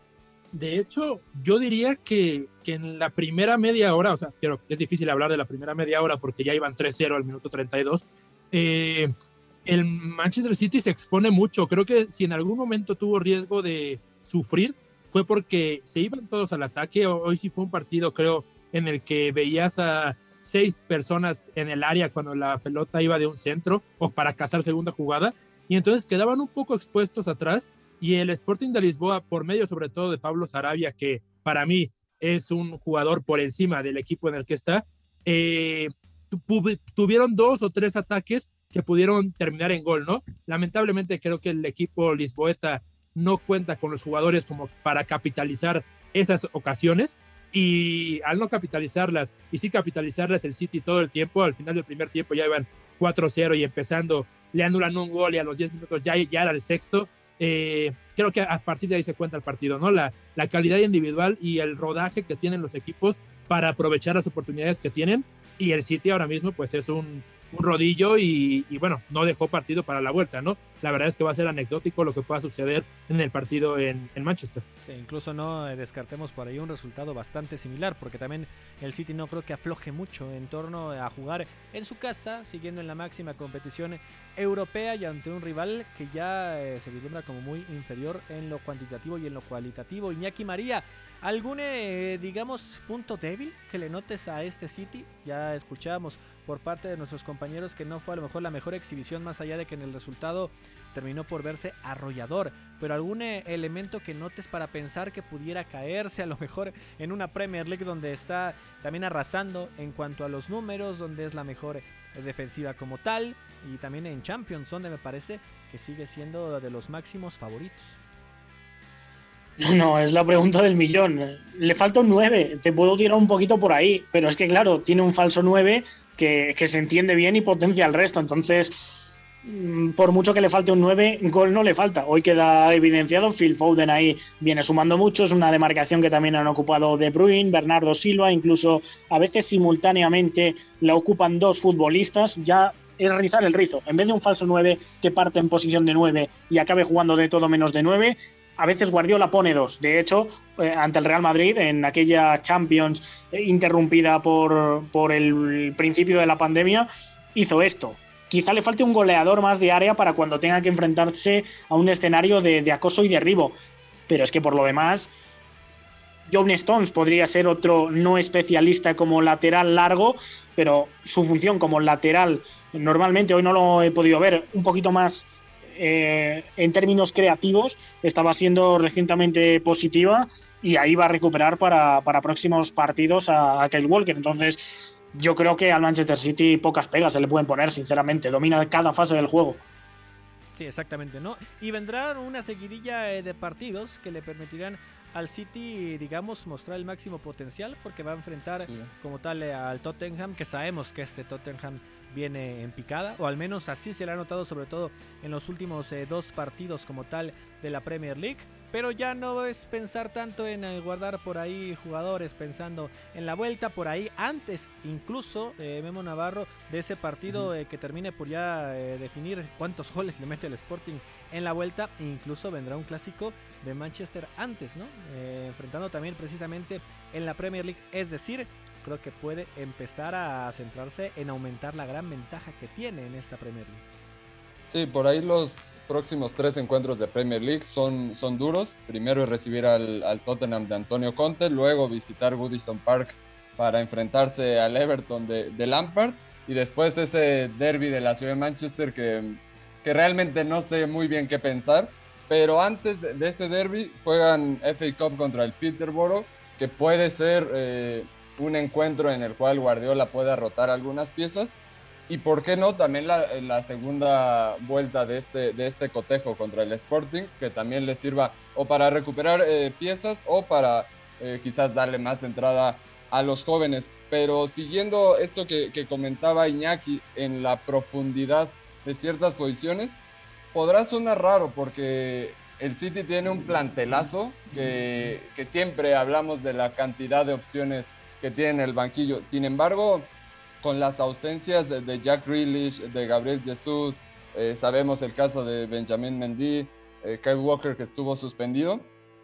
De hecho, yo diría que, que en la primera media hora, o sea, pero es difícil hablar de la primera media hora porque ya iban tres cero al minuto treinta y dos, eh, el Manchester City se expone mucho. Creo que si en algún momento tuvo riesgo de sufrir, fue porque se iban todos al ataque. Hoy sí fue un partido, creo, en el que veías a seis personas en el área cuando la pelota iba de un centro o para cazar segunda jugada, y entonces quedaban un poco expuestos atrás. Y el Sporting de Lisboa, por medio sobre todo de Pablo Sarabia, que para mí es un jugador por encima del equipo en el que está, eh, tu- tuvieron dos o tres ataques que pudieron terminar en gol, ¿no? Lamentablemente creo que el equipo lisboeta no cuenta con los jugadores como para capitalizar esas ocasiones, y al no capitalizarlas, y sí capitalizarlas el City todo el tiempo, al final del primer tiempo ya iban cuatro cero y empezando le anulan un gol y a los diez minutos ya, ya era el sexto. Eh, creo que a partir de ahí se cuenta el partido, ¿no? La, la calidad individual y el rodaje que tienen los equipos para aprovechar las oportunidades que tienen, y el City ahora mismo pues es un, un rodillo y, y bueno, no dejó partido para la vuelta, ¿no? La verdad es que va a ser anecdótico lo que pueda suceder en el partido en, en Manchester. Sí, incluso no eh, descartemos por ahí un resultado bastante similar, porque también el City no creo que afloje mucho en torno a jugar en su casa, siguiendo en la máxima competición europea y ante un rival que ya eh, se vislumbra como muy inferior en lo cuantitativo y en lo cualitativo. Iñaki María, ¿algún, eh, digamos, punto débil que le notes a este City? Ya escuchábamos por parte de nuestros compañeros que no fue a lo mejor la mejor exhibición, más allá de que en el resultado terminó por verse arrollador, pero algún eh, elemento que notes para pensar que pudiera caerse a lo mejor en una Premier League donde está también arrasando en cuanto a los números, donde es la mejor eh, defensiva como tal, y también en Champions, donde me parece que sigue siendo de los máximos favoritos. No, es la pregunta del millón. Le falta un nueve, te puedo tirar un poquito por ahí, pero es que claro, tiene un falso nueve que, que se entiende bien y potencia al resto, entonces por mucho que le falte un nueve, gol no le falta. Hoy queda evidenciado, Phil Foden ahí viene sumando mucho, es una demarcación que también han ocupado De Bruyne, Bernardo Silva, incluso a veces simultáneamente la ocupan dos futbolistas, ya es rizar el rizo. En vez de un falso nueve que parte en posición de nueve y acabe jugando de todo menos de nueve, a veces Guardiola pone dos. De hecho, eh, ante el Real Madrid, en aquella Champions eh, interrumpida por, por el principio de la pandemia, hizo esto. Quizá le falte un goleador más de área para cuando tenga que enfrentarse a un escenario de, de acoso y derribo. Pero es que por lo demás, John Stones podría ser otro no especialista como lateral largo, pero su función como lateral, normalmente hoy no lo he podido ver, un poquito más eh, en términos creativos, estaba siendo recientemente positiva y ahí va a recuperar para, para próximos partidos a, a Kyle Walker. Entonces yo creo que al Manchester City pocas pegas se le pueden poner, sinceramente. Domina cada fase del juego. Sí, exactamente, ¿no? Y vendrá una seguidilla de partidos que le permitirán al City, digamos, mostrar el máximo potencial, porque va a enfrentar sí. como tal al Tottenham, que sabemos que este Tottenham viene en picada, o al menos así se le ha notado, sobre todo en los últimos eh, dos partidos como tal de la Premier League. Pero ya no es pensar tanto en eh, guardar por ahí jugadores, pensando en la vuelta por ahí, antes incluso eh, Memo Navarro de ese partido eh, que termine por ya eh, definir cuántos goles le mete el Sporting en la vuelta. Incluso vendrá un clásico de Manchester antes, ¿no? Eh, enfrentando también precisamente en la Premier League, es decir, creo que puede empezar a centrarse en aumentar la gran ventaja que tiene en esta Premier League. Sí, por ahí los próximos tres encuentros de Premier League son, son duros. Primero es recibir al, al Tottenham de Antonio Conte, luego visitar Goodison Park para enfrentarse al Everton de, de Lampard, y después ese derby de la ciudad de Manchester que, que realmente no sé muy bien qué pensar, pero antes de, de ese derby juegan F A Cup contra el Peterborough, que puede ser eh, un encuentro en el cual Guardiola pueda rotar algunas piezas. Y por qué no, también la, la segunda vuelta de este, de este cotejo contra el Sporting, que también le sirva o para recuperar eh, piezas o para eh, quizás darle más entrada a los jóvenes. Pero siguiendo esto que, que comentaba Iñaki en la profundidad de ciertas posiciones, podrá sonar raro porque el City tiene un plantelazo que, que siempre hablamos de la cantidad de opciones que tiene en el banquillo. Sin embargo, con las ausencias de, de Jack Grealish, de Gabriel Jesús, eh, sabemos el caso de Benjamin Mendy, eh, Kyle Walker que estuvo suspendido,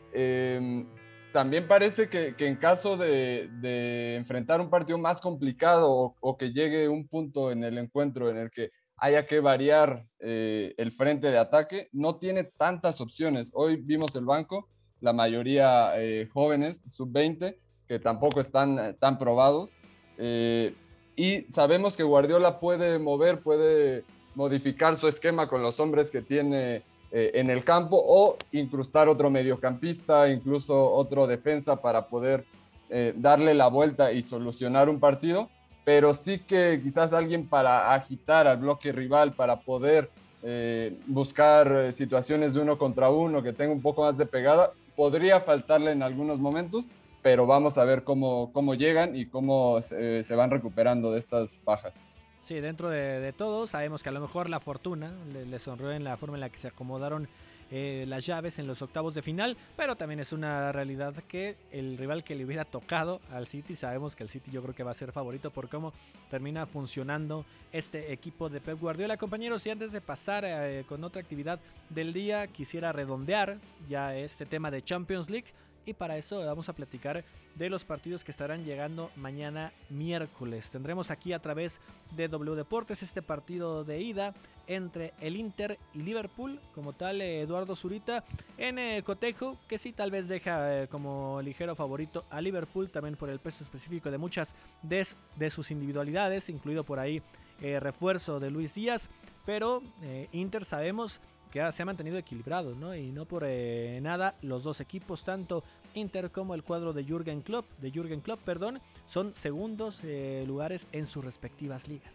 eh, también parece que, que en caso de, de enfrentar un partido más complicado o, o que llegue un punto en el encuentro en el que haya que variar eh, el frente de ataque, no tiene tantas opciones. Hoy vimos el banco, la mayoría eh, jóvenes, sub veinte, que tampoco están eh, tan probados, eh, y sabemos que Guardiola puede mover, puede modificar su esquema con los hombres que tiene eh, en el campo, o incrustar otro mediocampista, incluso otro defensa para poder eh, darle la vuelta y solucionar un partido, pero sí que quizás alguien para agitar al bloque rival, para poder eh, buscar eh, situaciones de uno contra uno, que tenga un poco más de pegada, podría faltarle en algunos momentos, pero vamos a ver cómo, cómo llegan y cómo se, se van recuperando de estas bajas. Sí, dentro de, de todo, sabemos que a lo mejor la fortuna le, le sonrió en la forma en la que se acomodaron eh, las llaves en los octavos de final, pero también es una realidad que el rival que le hubiera tocado al City, sabemos que el City yo creo que va a ser favorito por cómo termina funcionando este equipo de Pep Guardiola. Compañeros, y antes de pasar eh, con otra actividad del día, quisiera redondear ya este tema de Champions League. Y para eso vamos a platicar de los partidos que estarán llegando mañana miércoles. Tendremos aquí a través de W Deportes este partido de ida entre el Inter y Liverpool. Como tal, Eduardo Zurita en eh, cotejo, que sí tal vez deja eh, como ligero favorito a Liverpool, también por el peso específico de muchas de, de sus individualidades, incluido por ahí eh, refuerzo de Luis Díaz. Pero eh, Inter sabemos que se ha mantenido equilibrado, ¿no? Y no por eh, nada los dos equipos, tanto Inter como el cuadro de Jürgen Klopp, de Jürgen Klopp, perdón, son segundos eh, lugares en sus respectivas ligas.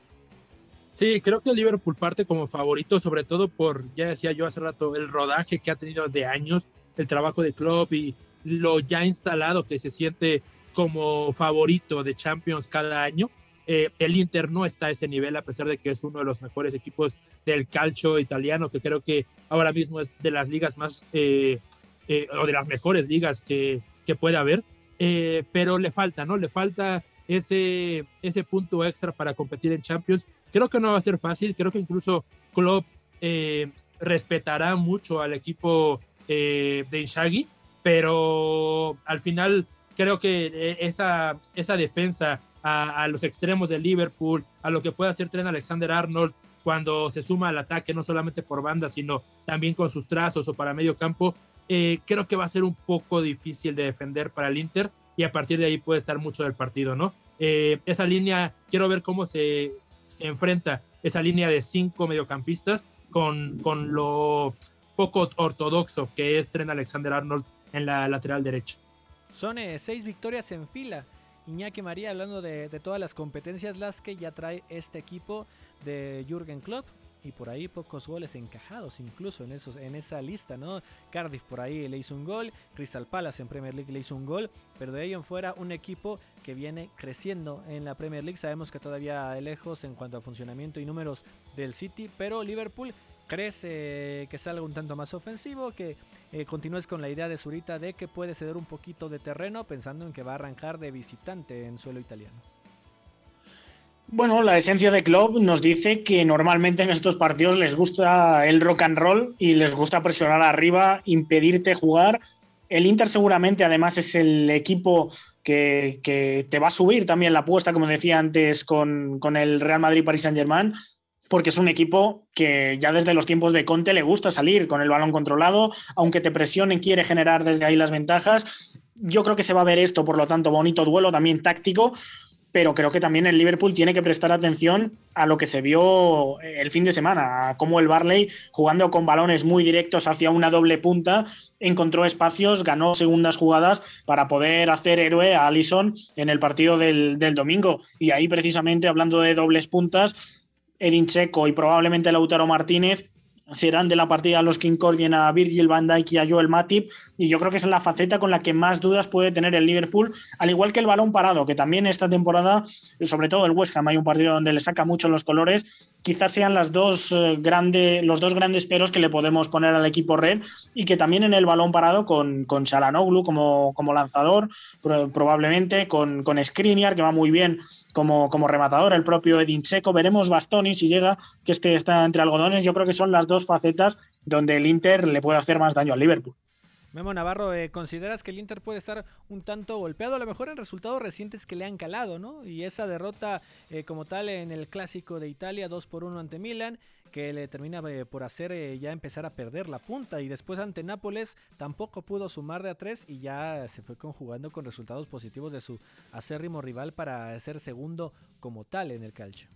Sí, creo que el Liverpool parte como favorito, sobre todo por, ya decía yo hace rato, el rodaje que ha tenido de años, el trabajo de Klopp y lo ya instalado que se siente como favorito de Champions cada año. Eh, el Inter no está a ese nivel, a pesar de que es uno de los mejores equipos del calcio italiano, que creo que ahora mismo es de las ligas más, eh, eh, o de las mejores ligas que, que puede haber, eh, pero le falta, ¿no? Le falta ese, ese punto extra para competir en Champions. Creo que no va a ser fácil, creo que incluso Klopp eh, respetará mucho al equipo eh, de Inzaghi, pero al final creo que esa, esa defensa A, a los extremos de Liverpool, a lo que puede hacer Trent Alexander-Arnold cuando se suma al ataque, no solamente por banda, sino también con sus trazos o para medio campo, eh, creo que va a ser un poco difícil de defender para el Inter, y a partir de ahí puede estar mucho del partido, ¿no? Eh, esa línea, quiero ver cómo se, se enfrenta esa línea de cinco mediocampistas con, con lo poco ortodoxo que es Trent Alexander-Arnold en la lateral derecha. Son eh, seis victorias en fila, Iñaki María, hablando de, de todas las competencias las que ya trae este equipo de Jürgen Klopp, y por ahí pocos goles encajados incluso en, esos, en esa lista, ¿no? Cardiff por ahí le hizo un gol, Crystal Palace en Premier League le hizo un gol, pero de ahí en fuera un equipo que viene creciendo en la Premier League. Sabemos que todavía lejos en cuanto a funcionamiento y números del City, pero Liverpool crece, que salga un tanto más ofensivo, que eh, continúes con la idea de Zurita de que puede ceder un poquito de terreno pensando en que va a arrancar de visitante en suelo italiano. Bueno, la esencia de Klopp nos dice que normalmente en estos partidos les gusta el rock and roll y les gusta presionar arriba, impedirte jugar. El Inter seguramente además es el equipo que, que te va a subir también la apuesta, como decía antes, con, con el Real Madrid-Paris Saint-Germain, porque es un equipo que ya desde los tiempos de Conte le gusta salir con el balón controlado, aunque te presionen, quiere generar desde ahí las ventajas. Yo creo que se va a ver esto, por lo tanto, bonito duelo también táctico, pero creo que también el Liverpool tiene que prestar atención a lo que se vio el fin de semana, a cómo el Barley, jugando con balones muy directos hacia una doble punta, encontró espacios, ganó segundas jugadas para poder hacer héroe a Alisson en el partido del, del domingo. Y ahí, precisamente, hablando de dobles puntas, Edin Dzeko y probablemente Lautaro Martínez serán de la partida los que incordien a Virgil van Dijk y a Joel Matip, y yo creo que es la faceta con la que más dudas puede tener el Liverpool, al igual que el balón parado, que también esta temporada, sobre todo el West Ham, hay un partido donde le saca mucho los colores. Quizás sean las dos, eh, grande, los dos grandes peros que le podemos poner al equipo red, y que también en el balón parado con, con Çalhanoğlu como, como lanzador, pro, probablemente con, con Skriniar, que va muy bien como, como rematador, el propio Edin Dzeko, veremos Bastoni si llega, que este está entre algodones. Yo creo que son las dos facetas donde el Inter le puede hacer más daño al Liverpool. Memo Navarro, eh, ¿consideras que el Inter puede estar un tanto golpeado? A lo mejor en resultados recientes que le han calado, ¿no? Y esa derrota eh, como tal en el Clásico de Italia, dos por uno ante Milan, que le termina eh, por hacer eh, ya empezar a perder la punta, y después ante Nápoles tampoco pudo sumar de a tres y ya se fue conjugando con resultados positivos de su acérrimo rival para ser segundo como tal en el calcio.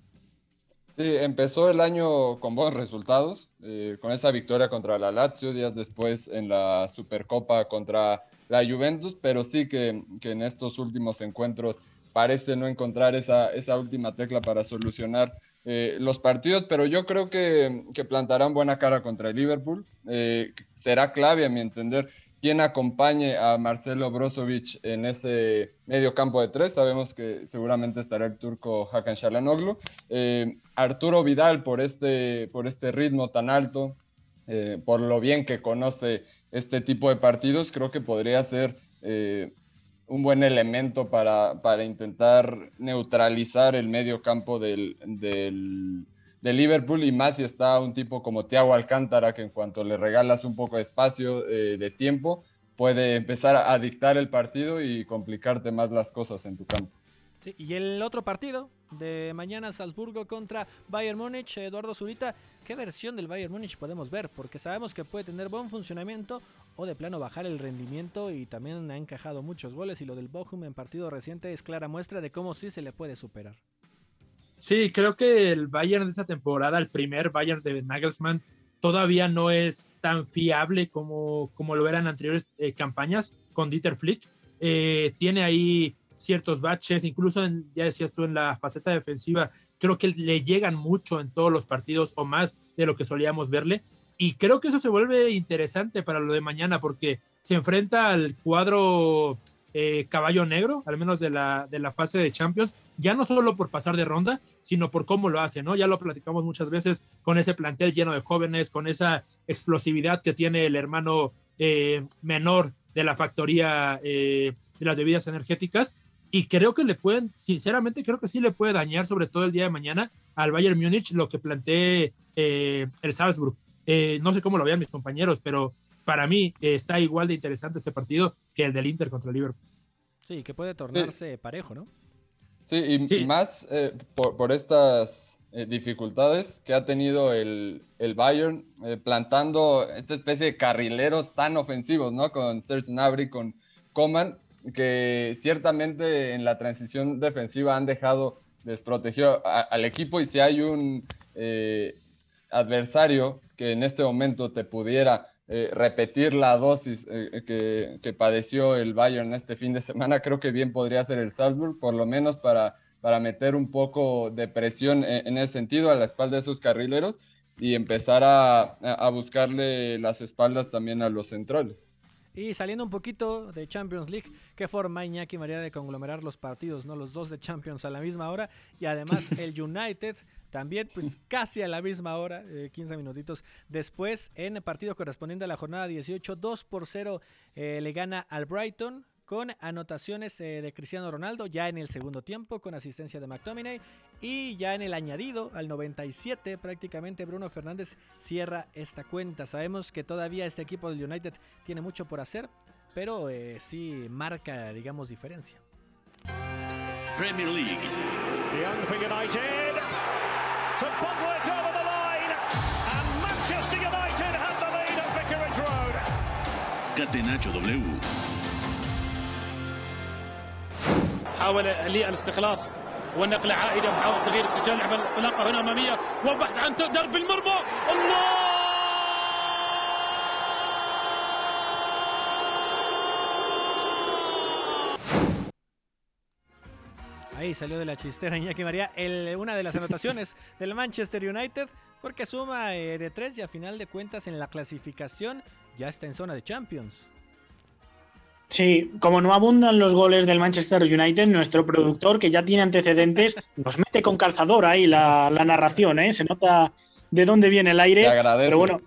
Sí, empezó el año con buenos resultados, eh, con esa victoria contra la Lazio, días después en la Supercopa contra la Juventus, pero sí que, que en estos últimos encuentros parece no encontrar esa, esa última tecla para solucionar eh, los partidos, pero yo creo que, que plantarán buena cara contra el Liverpool. Eh, será clave, a mi entender, quien acompañe a Marcelo Brozovic en ese medio campo de tres. Sabemos que seguramente estará el turco Hakan Çalhanoğlu. Eh, Arturo Vidal, por este, por este ritmo tan alto, eh, por lo bien que conoce este tipo de partidos, creo que podría ser eh, un buen elemento para, para intentar neutralizar el medio campo del, del, del Liverpool, y más si está un tipo como Thiago Alcántara, que en cuanto le regalas un poco de espacio, eh, de tiempo, puede empezar a dictar el partido y complicarte más las cosas en tu campo. Sí, y el otro partido de mañana, Salzburgo contra Bayern Múnich, Eduardo Zurita, ¿qué versión del Bayern Múnich podemos ver? Porque sabemos que puede tener buen funcionamiento o de plano bajar el rendimiento, y también ha encajado muchos goles, y lo del Bochum en partido reciente es clara muestra de cómo sí se le puede superar. Sí, creo que el Bayern de esta temporada, el primer Bayern de Nagelsmann, todavía no es tan fiable como, como lo eran anteriores eh, campañas con Dieter Flick. Eh, tiene ahí ciertos baches, incluso en, ya decías tú, en la faceta defensiva, creo que le llegan mucho en todos los partidos, o más de lo que solíamos verle, y creo que eso se vuelve interesante para lo de mañana, porque se enfrenta al cuadro eh, caballo negro, al menos de la, de la fase de Champions, ya no solo por pasar de ronda, sino por cómo lo hace, ¿no? Ya lo platicamos muchas veces con ese plantel lleno de jóvenes, con esa explosividad que tiene el hermano eh, menor de la factoría eh, de las bebidas energéticas, y creo que le pueden, sinceramente creo que sí le puede dañar, sobre todo el día de mañana, al Bayern Múnich lo que plantee eh, el Salzburg. Eh, no sé cómo lo vean mis compañeros, pero para mí eh, está igual de interesante este partido que el del Inter contra el Liverpool. Sí, que puede tornarse sí. parejo, ¿no? Sí, y sí. más eh, por, por estas eh, dificultades que ha tenido el, el Bayern, eh, plantando esta especie de carrileros tan ofensivos, ¿no? Con Serge Gnabry, con Coman, que ciertamente en la transición defensiva han dejado desprotegido a, al equipo, y si hay un eh, adversario que en este momento te pudiera eh, repetir la dosis eh, que, que padeció el Bayern este fin de semana, creo que bien podría ser el Salzburg, por lo menos para, para meter un poco de presión en, en ese sentido a la espalda de sus carrileros. y empezar a, a buscarle las espaldas también a los centrales. Y saliendo un poquito de Champions League, qué forma Iñaki María de conglomerar los partidos, ¿no? Los dos de Champions a la misma hora, y además el United también pues casi a la misma hora, eh, quince minutitos después, en el partido correspondiente a la jornada dieciocho, dos por cero eh, le gana al Brighton, con anotaciones eh, de Cristiano Ronaldo ya en el segundo tiempo, con asistencia de McTominay, y ya en el añadido, al noventa y siete prácticamente, Bruno Fernández cierra esta cuenta. Sabemos que todavía este equipo del United tiene mucho por hacer, pero eh, sí marca, digamos, diferencia. Premier League. Young for United. To Pogba, it's over the line. And Manchester United have the lead at Vicarage Road. Catenacho W. حاول الاستخلاص والنقله عائده وحاول تغيير اتجاه اللعبه الانطلاقه هنا اماميه وبحث عن درب المرمى. الله Ahí salió de la chistera Iñaki María el, una de las anotaciones del Manchester United, porque suma eh, de tres y a final de cuentas en la clasificación ya está en zona de Champions. Sí, como no abundan los goles del Manchester United, nuestro productor, que ya tiene antecedentes, nos mete con calzador ahí la, la narración, ¿eh? Se nota de dónde viene el aire. Se agradece. Pero bueno,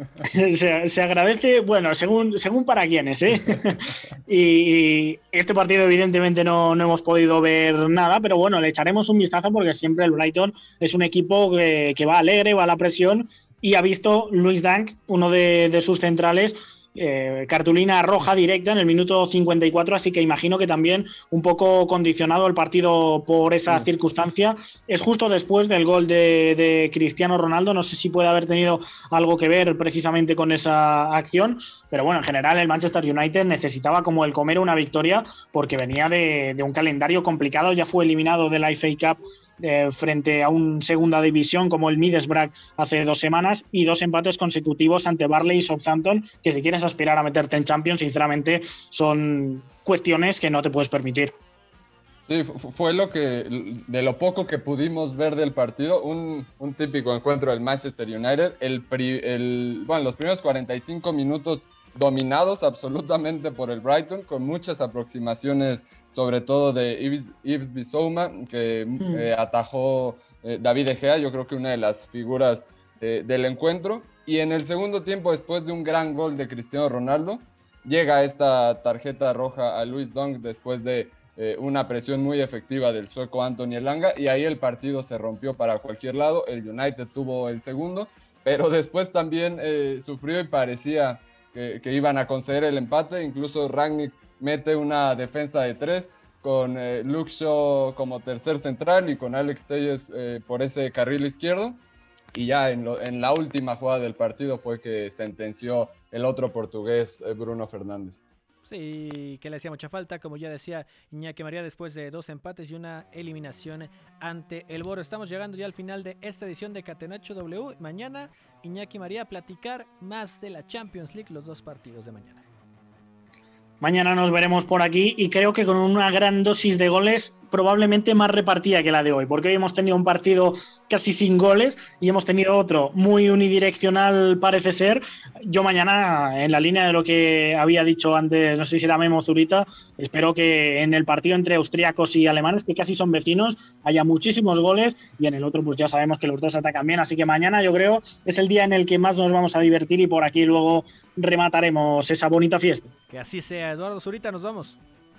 se, se agradece, bueno, según, según para quiénes, ¿eh? y, y este partido evidentemente no, no hemos podido ver nada, pero bueno, le echaremos un vistazo porque siempre el Brighton es un equipo que, que va alegre, va a la presión, y ha visto Luis Dunk, uno de, de sus centrales, Eh, cartulina roja directa en el minuto cincuenta y cuatro, así que imagino que también un poco condicionado el partido por esa sí. circunstancia. Es justo después del gol de, de Cristiano Ronaldo, no sé si puede haber tenido algo que ver precisamente con esa acción, pero bueno, en general el Manchester United necesitaba como el comer una victoria porque venía de, de un calendario complicado, ya fue eliminado de la F A Cup Eh, frente a un segunda división como el Middlesbrough hace dos semanas, y dos empates consecutivos ante Burnley y Southampton, que si quieres aspirar a meterte en Champions, sinceramente son cuestiones que no te puedes permitir. Sí, fue lo que, de lo poco que pudimos ver del partido, un, un típico encuentro del Manchester United, el, el bueno, los primeros cuarenta y cinco minutos dominados absolutamente por el Brighton, con muchas aproximaciones, sobre todo de Yves, Yves Bissouma, que mm. eh, atajó eh, David De Gea, yo creo que una de las figuras eh, del encuentro. Y en el segundo tiempo, después de un gran gol de Cristiano Ronaldo, llega esta tarjeta roja a Luis Dunk después de eh, una presión muy efectiva del sueco Anthony Elanga, y ahí el partido se rompió para cualquier lado. El United tuvo el segundo, pero después también eh, sufrió y parecía que, que iban a conceder el empate. Incluso Rangnick mete una defensa de tres con eh, Luke Shaw como tercer central y con Alex Telles eh, por ese carril izquierdo, y ya en, lo, en la última jugada del partido fue que sentenció el otro portugués, eh, Bruno Fernández. Sí, que le hacía mucha falta, como ya decía Iñaki María, después de dos empates y una eliminación ante el Boro. Estamos llegando ya al final de esta edición de Catenacho W. Mañana, Iñaki María, platicar más de la Champions League, los dos partidos de mañana. Mañana nos veremos por aquí, y creo que con una gran dosis de goles, probablemente más repartida que la de hoy, porque hoy hemos tenido un partido casi sin goles y hemos tenido otro muy unidireccional, parece ser. Yo mañana, en la línea de lo que había dicho antes, no sé si era Memo Zurita, espero que en el partido entre austríacos y alemanes, que casi son vecinos, haya muchísimos goles, y en el otro pues ya sabemos que los dos atacan bien, así que mañana yo creo es el día en el que más nos vamos a divertir, y por aquí luego remataremos esa bonita fiesta. Que así sea. Eduardo Zurita, nos vamos.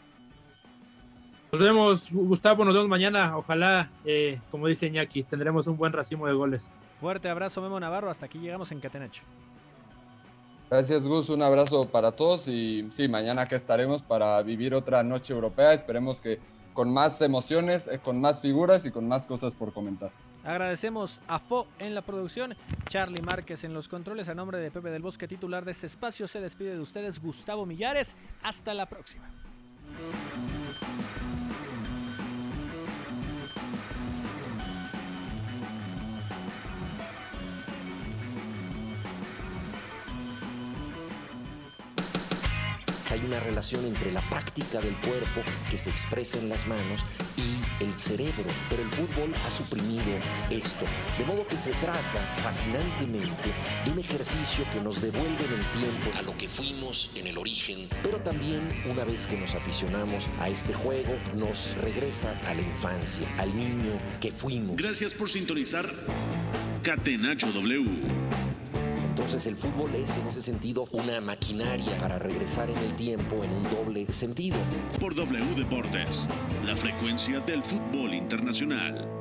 Nos vemos, Gustavo, nos vemos mañana. Ojalá, eh, como dice Iñaki, tendremos un buen racimo de goles. Fuerte abrazo, Memo Navarro. Hasta aquí llegamos en Catenacho. Gracias, Gus. Un abrazo para todos. Y sí, mañana acá estaremos para vivir otra noche europea. Esperemos que con más emociones, eh, con más figuras y con más cosas por comentar. Agradecemos a Fo en la producción, Charlie Márquez en los controles. A nombre de Pepe del Bosque, titular de este espacio, se despide de ustedes Gustavo Millares. Hasta la próxima. Hay una relación entre la práctica del cuerpo que se expresa en las manos y el cerebro, pero el fútbol ha suprimido esto. De modo que se trata fascinantemente de un ejercicio que nos devuelve en el tiempo a lo que fuimos en el origen, pero también una vez que nos aficionamos a este juego, nos regresa a la infancia, al niño que fuimos. Gracias por sintonizar Catenacho W. Entonces el fútbol es en ese sentido una maquinaria para regresar en el tiempo en un doble sentido. Por W Deportes, la frecuencia del fútbol internacional.